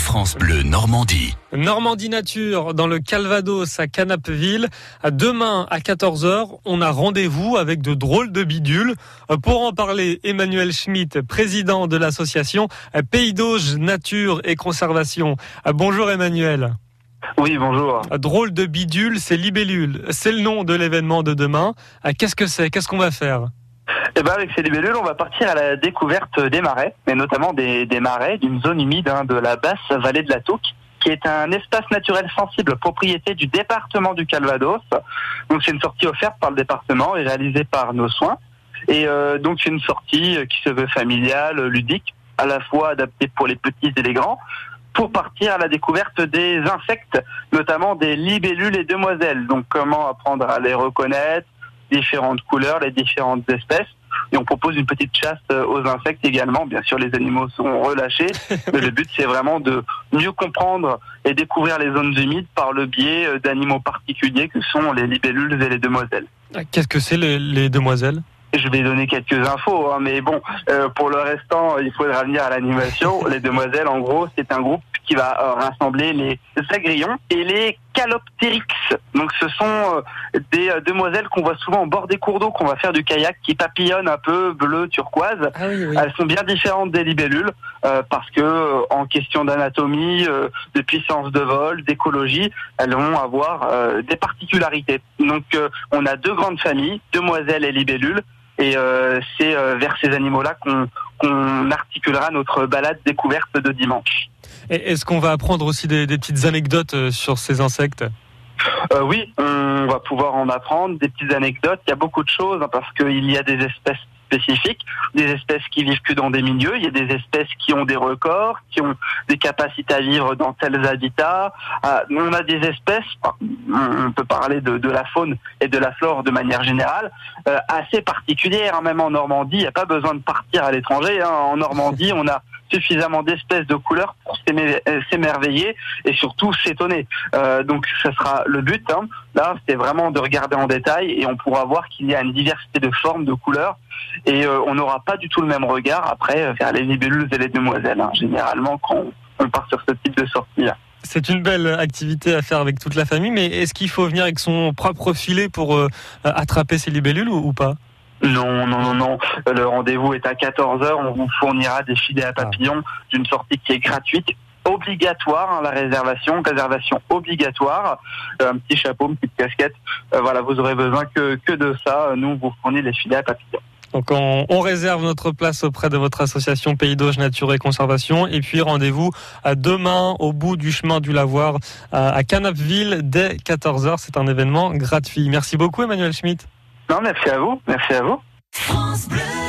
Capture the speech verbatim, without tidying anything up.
France Bleu Normandie. Normandie Nature, dans le Calvados, à Canapeville. Demain, à quatorze heures, on a rendez-vous avec de drôles de bidules. Pour en parler, Emmanuel Schmitt, président de l'association Pays d'Auge Nature et Conservation. Bonjour Emmanuel. Oui, bonjour. Drôle de bidules, c'est libellule. C'est le nom de l'événement de demain. Qu'est-ce que c'est ? Qu'est-ce qu'on va faire ? Eh ben, avec ces libellules, on va partir à la découverte des marais, mais notamment des, des marais d'une zone humide hein, de la basse vallée de la Touques, qui est un espace naturel sensible, propriété du département du Calvados. Donc c'est une sortie offerte par le département et réalisée par nos soins. Et euh, donc c'est une sortie qui se veut familiale, ludique, à la fois adaptée pour les petits et les grands, pour partir à la découverte des insectes, notamment des libellules et demoiselles. Donc comment apprendre à les reconnaître, différentes couleurs, les différentes espèces. Et on propose une petite chasse aux insectes également. Bien sûr, les animaux sont relâchés, mais le but, c'est vraiment de mieux comprendre et découvrir les zones humides par le biais d'animaux particuliers que sont les libellules et les demoiselles. Qu'est-ce que c'est les, les demoiselles ? Je vais donner quelques infos, hein, mais bon, euh, pour le restant, il faudra venir à l'animation. Les demoiselles, en gros, c'est un groupe qui va euh, rassembler les agrillons et les caloptérix. Donc, ce sont euh, des euh, demoiselles qu'on voit souvent au bord des cours d'eau, qu'on va faire du kayak, qui papillonnent un peu bleu turquoise. Ah oui, oui. Elles sont bien différentes des libellules euh, parce que, euh, en question d'anatomie, euh, de puissance de vol, d'écologie, elles vont avoir euh, des particularités. Donc, euh, on a deux grandes familles, demoiselles et libellules. Et euh, c'est euh, vers ces animaux-là qu'on, qu'on articulera notre balade découverte de dimanche. Et est-ce qu'on va apprendre aussi des, des petites anecdotes sur ces insectes ? euh, Oui, on va pouvoir en apprendre des petites anecdotes. Il y a beaucoup de choses hein, parce qu'il y a des espèces spécifiques, des espèces qui vivent que dans des milieux, il y a des espèces qui ont des records, qui ont des capacités à vivre dans tels habitats. Euh, on a des espèces, on peut parler de, de la faune et de la flore de manière générale, euh, assez particulières, hein, même en Normandie, il n'y a pas besoin de partir à l'étranger. Hein. En Normandie, on a suffisamment d'espèces de couleurs pour s'émerveiller et surtout s'étonner. Euh, donc, ce sera le but. Hein. Là, c'est vraiment de regarder en détail et on pourra voir qu'il y a une diversité de formes, de couleurs et euh, on n'aura pas du tout le même regard après vers les libellules et les demoiselles. Hein. Généralement, quand on part sur ce type de sortie. C'est une belle activité à faire avec toute la famille, mais est-ce qu'il faut venir avec son propre filet pour euh, attraper ces libellules ou, ou pas ? Non, non, non, non. Le rendez-vous est à quatorze heures. On vous fournira des filets à papillons d'une sortie qui est gratuite, obligatoire, hein, la réservation, réservation obligatoire. Euh, un petit chapeau, une petite casquette. Euh, voilà, vous aurez besoin que, que de ça. Nous, on vous fournit les filets à papillons. Donc on, on réserve notre place auprès de votre association Pays d'Auge Nature et Conservation. Et puis rendez-vous à demain au bout du chemin du Lavoir à, à Canapeville dès quatorze heures. C'est un événement gratuit. Merci beaucoup Emmanuel Schmitt. Non, merci à vous. Merci à vous. France Bleu.